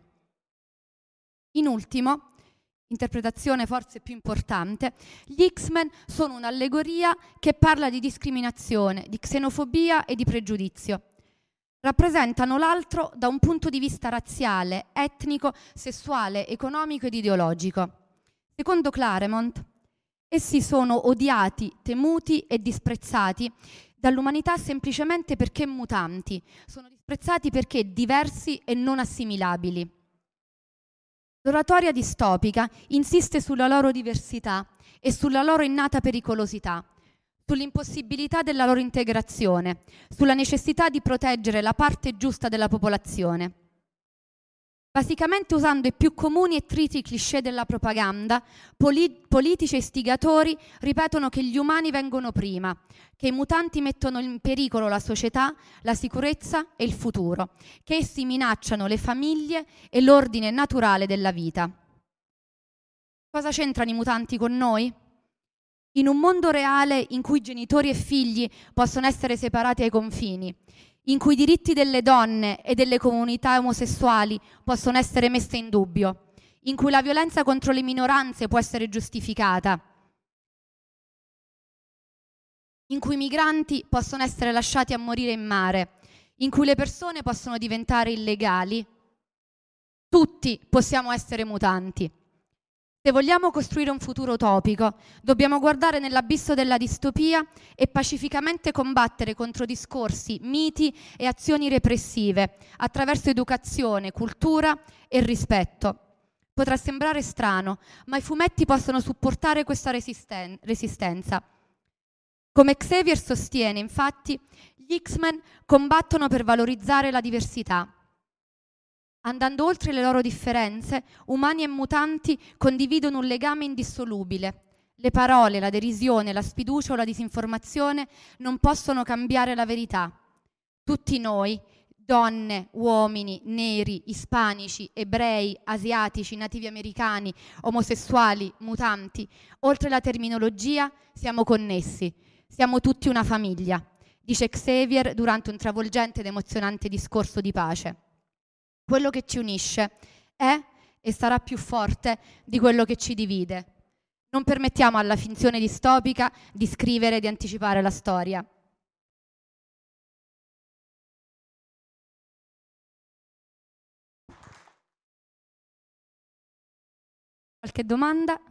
Speaker 4: In ultimo, interpretazione forse più importante, gli X-Men sono un'allegoria che parla di discriminazione, di xenofobia e di pregiudizio. Rappresentano l'altro da un punto di vista razziale, etnico, sessuale, economico ed ideologico. Secondo Claremont, essi sono odiati, temuti e disprezzati dall'umanità semplicemente perché mutanti, sono disprezzati perché diversi e non assimilabili. L'oratoria distopica insiste sulla loro diversità e sulla loro innata pericolosità, sull'impossibilità della loro integrazione, sulla necessità di proteggere la parte giusta della popolazione. Basicamente usando i più comuni e triti cliché della propaganda, poli- politici e istigatori ripetono che gli umani vengono prima, che i mutanti mettono in pericolo la società, la sicurezza e il futuro, che essi minacciano le famiglie e l'ordine naturale della vita. Cosa c'entrano i mutanti con noi? In un mondo reale in cui genitori e figli possono essere separati ai confini, in cui i diritti delle donne e delle comunità omosessuali possono essere messi in dubbio, in cui la violenza contro le minoranze può essere giustificata, in cui i migranti possono essere lasciati a morire in mare, in cui le persone possono diventare illegali, tutti possiamo essere mutanti. Se vogliamo costruire un futuro utopico, dobbiamo guardare nell'abisso della distopia e pacificamente combattere contro discorsi, miti e azioni repressive attraverso educazione, cultura e rispetto. Potrà sembrare strano, ma i fumetti possono supportare questa resisten- resistenza. Come Xavier sostiene, infatti, gli X-Men combattono per valorizzare la diversità. Andando oltre le loro differenze, umani e mutanti condividono un legame indissolubile. Le parole, la derisione, la sfiducia o la disinformazione non possono cambiare la verità. Tutti noi, donne, uomini, neri, ispanici, ebrei, asiatici, nativi americani, omosessuali, mutanti, oltre la terminologia, siamo connessi. Siamo tutti una famiglia, dice Xavier durante un travolgente ed emozionante discorso di pace. Quello che ci unisce è e sarà più forte di quello che ci divide. Non permettiamo alla finzione distopica di scrivere e di anticipare la storia. Qualche domanda?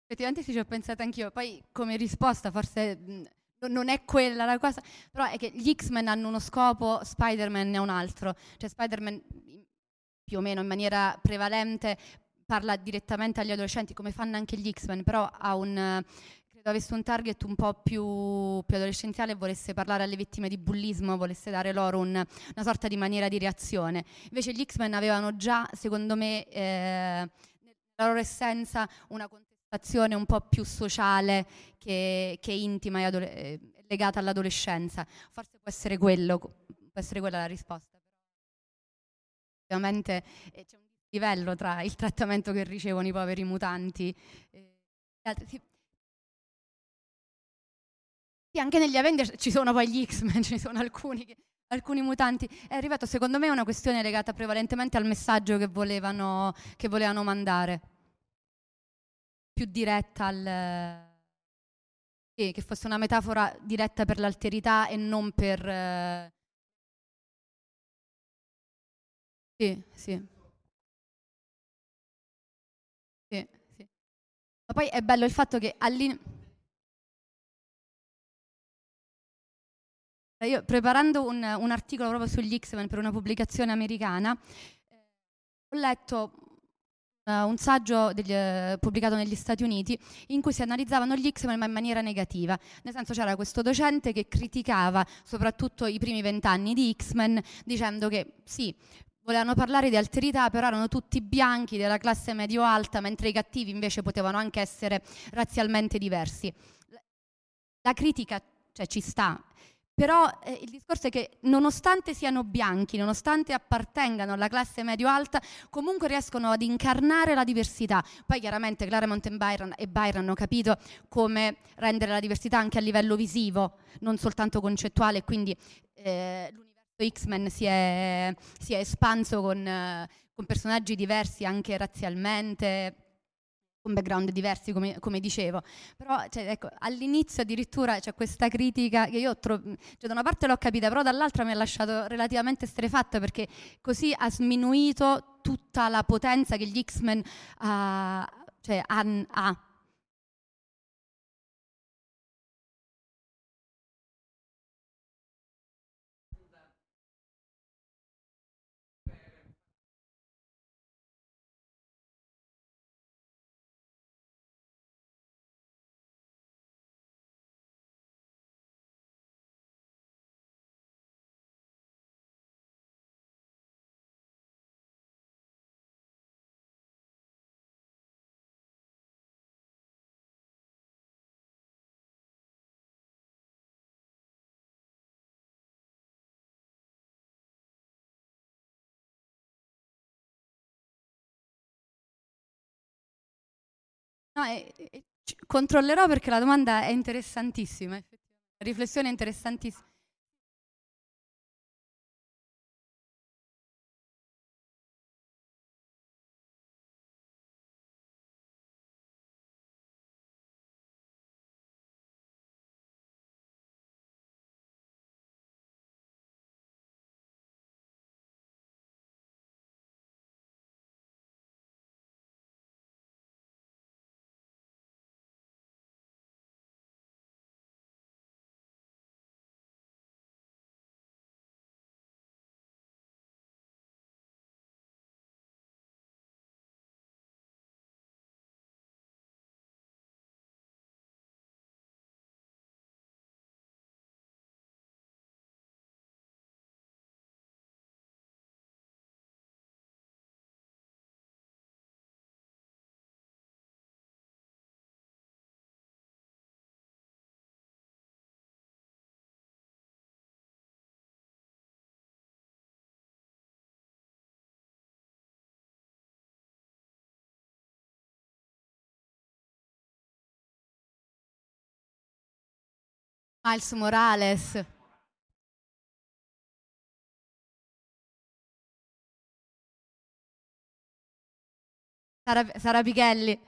Speaker 4: Effettivamente sì, ci ho pensato anch'io. Poi come risposta forse mh, non è quella la cosa, però è che gli X-Men hanno uno scopo, Spider-Man ne ha un altro. Cioè Spider-Man più o meno in maniera prevalente parla direttamente agli adolescenti, come fanno anche gli X-Men, però ha un, credo avesse un target un po' più, più adolescenziale e volesse parlare alle vittime di bullismo, volesse dare loro un, una sorta di maniera di reazione. Invece gli X-Men avevano già, secondo me, eh, nella loro essenza una contestazione un po' più sociale che, che intima e adole- eh, legata all'adolescenza. Forse può essere quello, può essere quella la risposta. Ovviamente eh, c'è un livello tra il trattamento che ricevono i poveri mutanti eh, e altri. Sì. Sì, anche negli Avengers ci sono poi gli X-Men, ci sono alcuni, che, alcuni mutanti. E ripeto, secondo me è una questione legata prevalentemente al messaggio che volevano, che volevano mandare. Più diretta al... Sì, che fosse una metafora diretta per l'alterità e non per... Eh... Sì, sì. Sì, sì. Ma poi è bello il fatto che all'inizio... Io preparando un, un articolo proprio sugli X-Men per una pubblicazione americana, eh, ho letto uh, un saggio degli, uh, pubblicato negli Stati Uniti in cui si analizzavano gli X-Men ma in maniera negativa. Nel senso c'era questo docente che criticava soprattutto i primi vent'anni di X-Men dicendo che sì, volevano parlare di alterità, però erano tutti bianchi della classe medio-alta, mentre i cattivi invece potevano anche essere razzialmente diversi. La critica, cioè, ci sta. Però eh, il discorso è che nonostante siano bianchi, nonostante appartengano alla classe medio-alta, comunque riescono ad incarnare la diversità. Poi chiaramente Claremont e Byron, e Byron hanno capito come rendere la diversità anche a livello visivo, non soltanto concettuale, quindi eh, l'universo X-Men si è, si è espanso con, eh, con personaggi diversi anche razzialmente, con background diversi, come, come dicevo. Però cioè, ecco, all'inizio addirittura c'è questa critica che io tro- cioè, da una parte l'ho capita, però dall'altra mi ha lasciato relativamente esterrefatta, perché così ha sminuito tutta la potenza che gli X-Men ha, cioè, han- ha. No, e- e- ci- controllerò perché la domanda è interessantissima, effettivamente. La riflessione è interessantissima. Miles Morales, Sara, Sara Pichelli.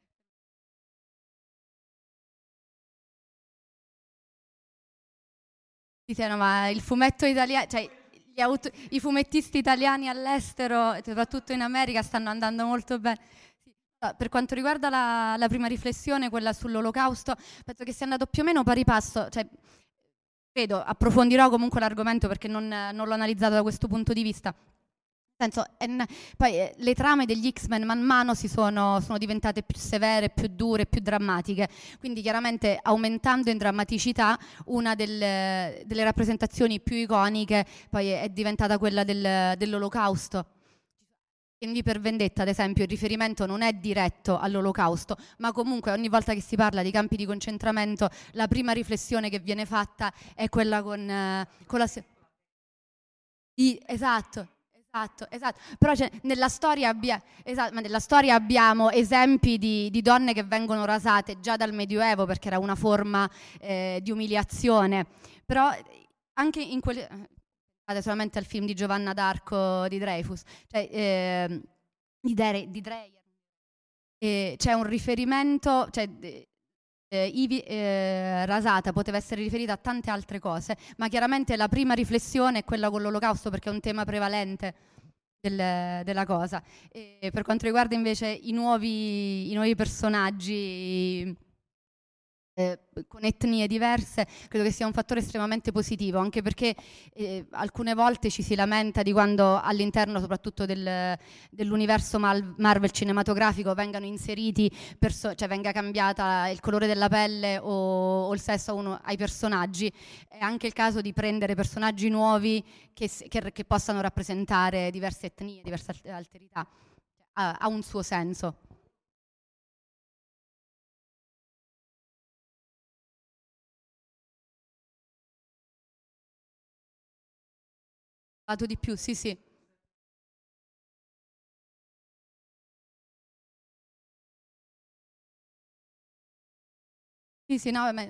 Speaker 4: Sì, sì, no, ma il fumetto italiano, cioè gli aut- i fumettisti italiani all'estero, soprattutto in America, stanno andando molto bene. Sì. Per quanto riguarda la, la prima riflessione, quella sull'Olocausto, penso che sia andato più o meno pari passo, cioè, credo, approfondirò comunque l'argomento perché non, non l'ho analizzato da questo punto di vista. Penso, en, poi eh, le trame degli X-Men man mano si sono, sono diventate più severe, più dure, più drammatiche, quindi chiaramente aumentando in drammaticità una del, delle rappresentazioni più iconiche poi è, è diventata quella del, dell'Olocausto. In V per Vendetta, ad esempio, il riferimento non è diretto all'Olocausto, ma comunque ogni volta che si parla di campi di concentramento la prima riflessione che viene fatta è quella con, eh, con la... Se- I, esatto. Esatto, esatto, però cioè, nella, storia abbia, esatto, ma nella storia abbiamo esempi di, di donne che vengono rasate già dal Medioevo perché era una forma eh, di umiliazione, però anche in quelle... Guardate solamente al film di Giovanna d'Arco di Dreyfus, cioè, eh, di, Dere, di Dreyer, eh, c'è un riferimento... Cioè, Eh, Ivi eh, rasata poteva essere riferita a tante altre cose, ma chiaramente la prima riflessione è quella con l'Olocausto perché è un tema prevalente del, della cosa. E per quanto riguarda invece i nuovi, i nuovi personaggi eh, con etnie diverse, credo che sia un fattore estremamente positivo, anche perché eh, alcune volte ci si lamenta di quando all'interno soprattutto del, dell'universo Mal- Marvel cinematografico vengano inseriti, perso- cioè venga cambiata il colore della pelle o, o il sesso a uno, ai personaggi. È anche il caso di prendere personaggi nuovi che, che, che possano rappresentare diverse etnie, diverse alterità. Ha, ha un suo senso. Di più, sì, sì. Sì, sì, no, ma...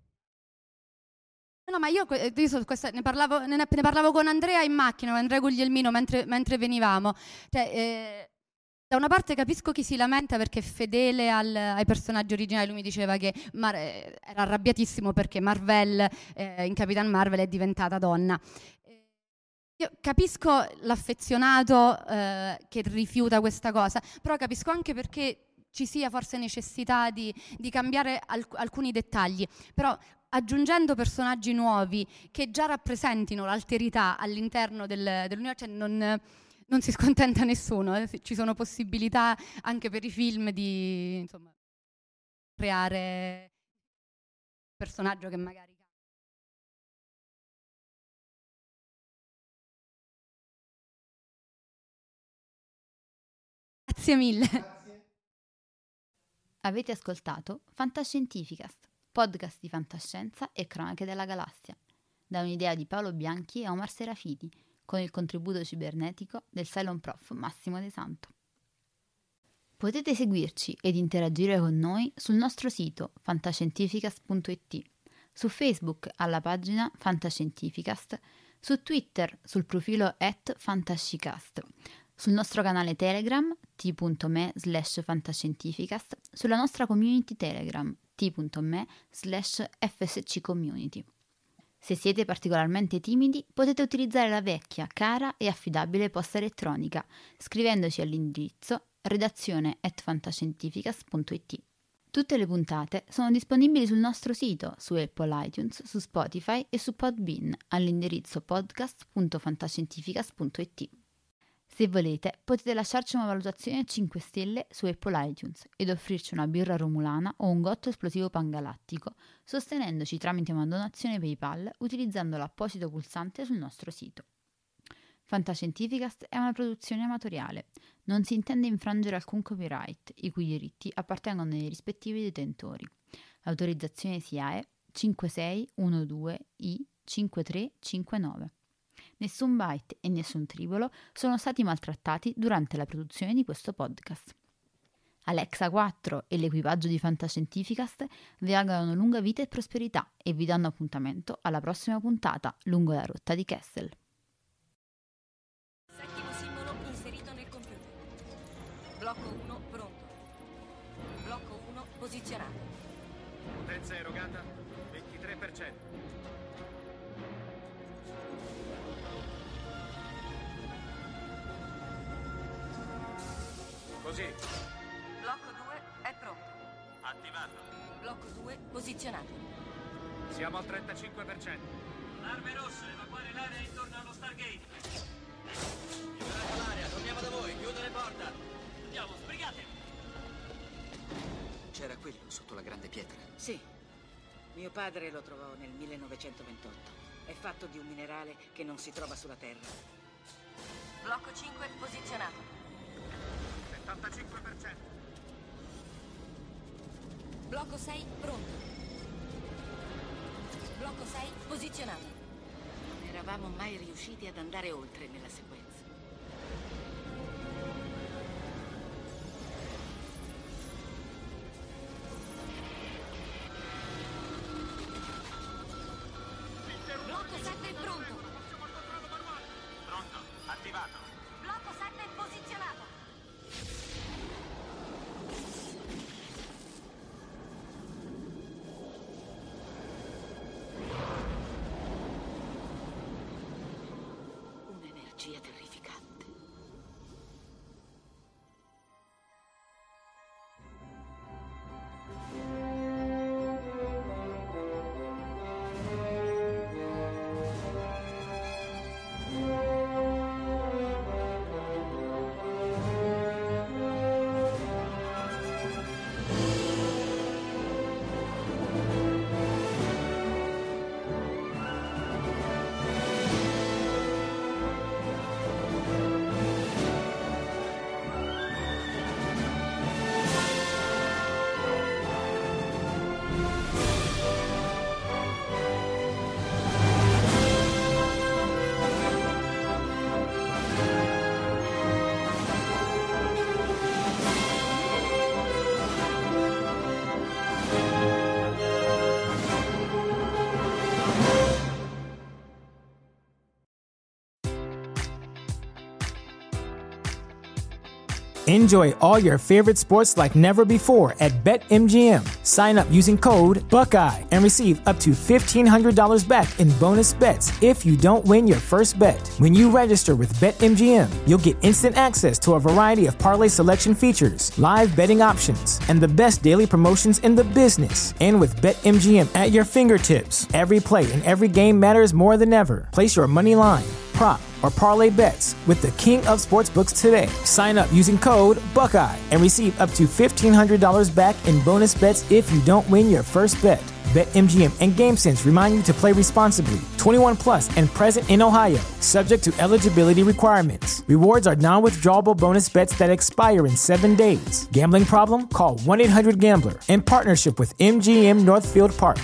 Speaker 4: No, ma io, io su questa, ne, parlavo, ne, ne parlavo con Andrea in macchina, con Andrea Guglielmino, mentre, mentre venivamo. Cioè, eh, da una parte capisco chi si lamenta perché è fedele al, ai personaggi originali. Lui mi diceva che Mar- eh, era arrabbiatissimo perché Marvel, eh, in Capitan Marvel, è diventata donna. Io capisco l'affezionato eh, che rifiuta questa cosa, però capisco anche perché ci sia forse necessità di, di cambiare alc- alcuni dettagli, però aggiungendo personaggi nuovi che già rappresentino l'alterità all'interno del, dell'universo, cioè non, non si scontenta nessuno, eh. Ci sono possibilità anche per i film di, insomma, creare un personaggio che magari... Grazie mille.
Speaker 5: Avete ascoltato Fantascientificast, podcast di fantascienza e cronache della galassia, da un'idea di Paolo Bianchi e Omar Serafiti, con il contributo cibernetico del Cylon Prof Massimo De Santo. Potete seguirci ed interagire con noi sul nostro sito fantascientificast punto it, su Facebook alla pagina Fantascientificast, su Twitter sul profilo at fantascicast, sul nostro canale Telegram t.me slash fantascientificast, sulla nostra community Telegram t.me slash fsccommunity. Se siete particolarmente timidi, potete utilizzare la vecchia, cara e affidabile posta elettronica, scrivendoci all'indirizzo redazione at fantascientificast punto it. Tutte le puntate sono disponibili sul nostro sito, su Apple iTunes, su Spotify e su Podbean, all'indirizzo podcast punto fantascientificast punto it. Se volete, potete lasciarci una valutazione a cinque stelle su Apple iTunes ed offrirci una birra romulana o un gotto esplosivo pangalattico, sostenendoci tramite una donazione PayPal utilizzando l'apposito pulsante sul nostro sito. Fantascientificast è una produzione amatoriale. Non si intende infrangere alcun copyright, i cui diritti appartengono ai rispettivi detentori. L'autorizzazione S I A E cinque sei uno due I cinque tre cinque nove. Nessun byte e nessun tribolo sono stati maltrattati durante la produzione di questo podcast. Alexa quattro e l'equipaggio di Fantascientificast vi augurano lunga vita e prosperità e vi danno appuntamento alla prossima puntata lungo la rotta di Kessel.
Speaker 6: Settimo simbolo inserito nel computer. Blocco uno pronto. Blocco uno posizionato.
Speaker 7: Potenza erogata ventitré per cento. Così.
Speaker 6: Blocco
Speaker 7: posizionato.
Speaker 6: Blocco due posizionato.
Speaker 7: Siamo al trentacinque per cento.
Speaker 3: Arme rosse, evacuare l'area intorno allo Stargate. Liberate l'area, torniamo da voi, chiudo le porte. Andiamo, sbrigatevi.
Speaker 8: C'era quello sotto la grande pietra.
Speaker 9: Sì. Mio padre lo trovò nel millenovecentoventotto. È fatto di un minerale che non si trova sulla Terra.
Speaker 6: Blocco cinque posizionato.
Speaker 7: settantacinque per cento.
Speaker 6: Blocco sei pronto. Blocco sei posizionato.
Speaker 9: Non eravamo mai riusciti ad andare oltre nella sequenza.
Speaker 6: Blocco sette pronto.
Speaker 7: Pronto, attivato.
Speaker 6: Blocco sette posizionato.
Speaker 9: Un'energia terrificante.
Speaker 1: Enjoy all your favorite sports like never before at BetMGM. Sign up using code Buckeye and receive up to fifteen hundred dollars back in bonus bets if you don't win your first bet. When you register with BetMGM, you'll get instant access to a variety of parlay selection features, live betting options, and the best daily promotions in the business. And with BetMGM at your fingertips, every play and every game matters more than ever. Place your money line, prop, or parlay bets with the king of sportsbooks today. Sign up using code Buckeye and receive up to fifteen hundred dollars back in bonus bets if you don't win your first bet. BetMGM and GameSense remind you to play responsibly. twenty-one plus and present in Ohio, subject to eligibility requirements. Rewards are non-withdrawable bonus bets that expire in seven days. Gambling problem? Call one eight hundred gambler in partnership with M G M Northfield Park.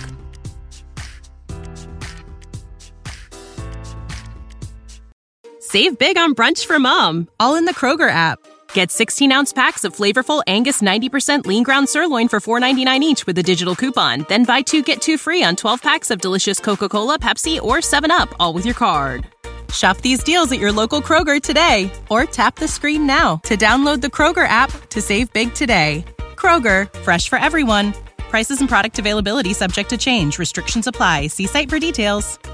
Speaker 10: Save big on brunch for mom, all in the Kroger app. Get sixteen-ounce packs of flavorful Angus ninety percent lean ground sirloin for four ninety-nine each with a digital coupon. Then buy two, get two free on twelve packs of delicious Coca-Cola, Pepsi, or seven up, all with your card. Shop these deals at your local Kroger today, or tap the screen now to download the Kroger app to save big today. Kroger, fresh for everyone. Prices and product availability subject to change. Restrictions apply. See site for details.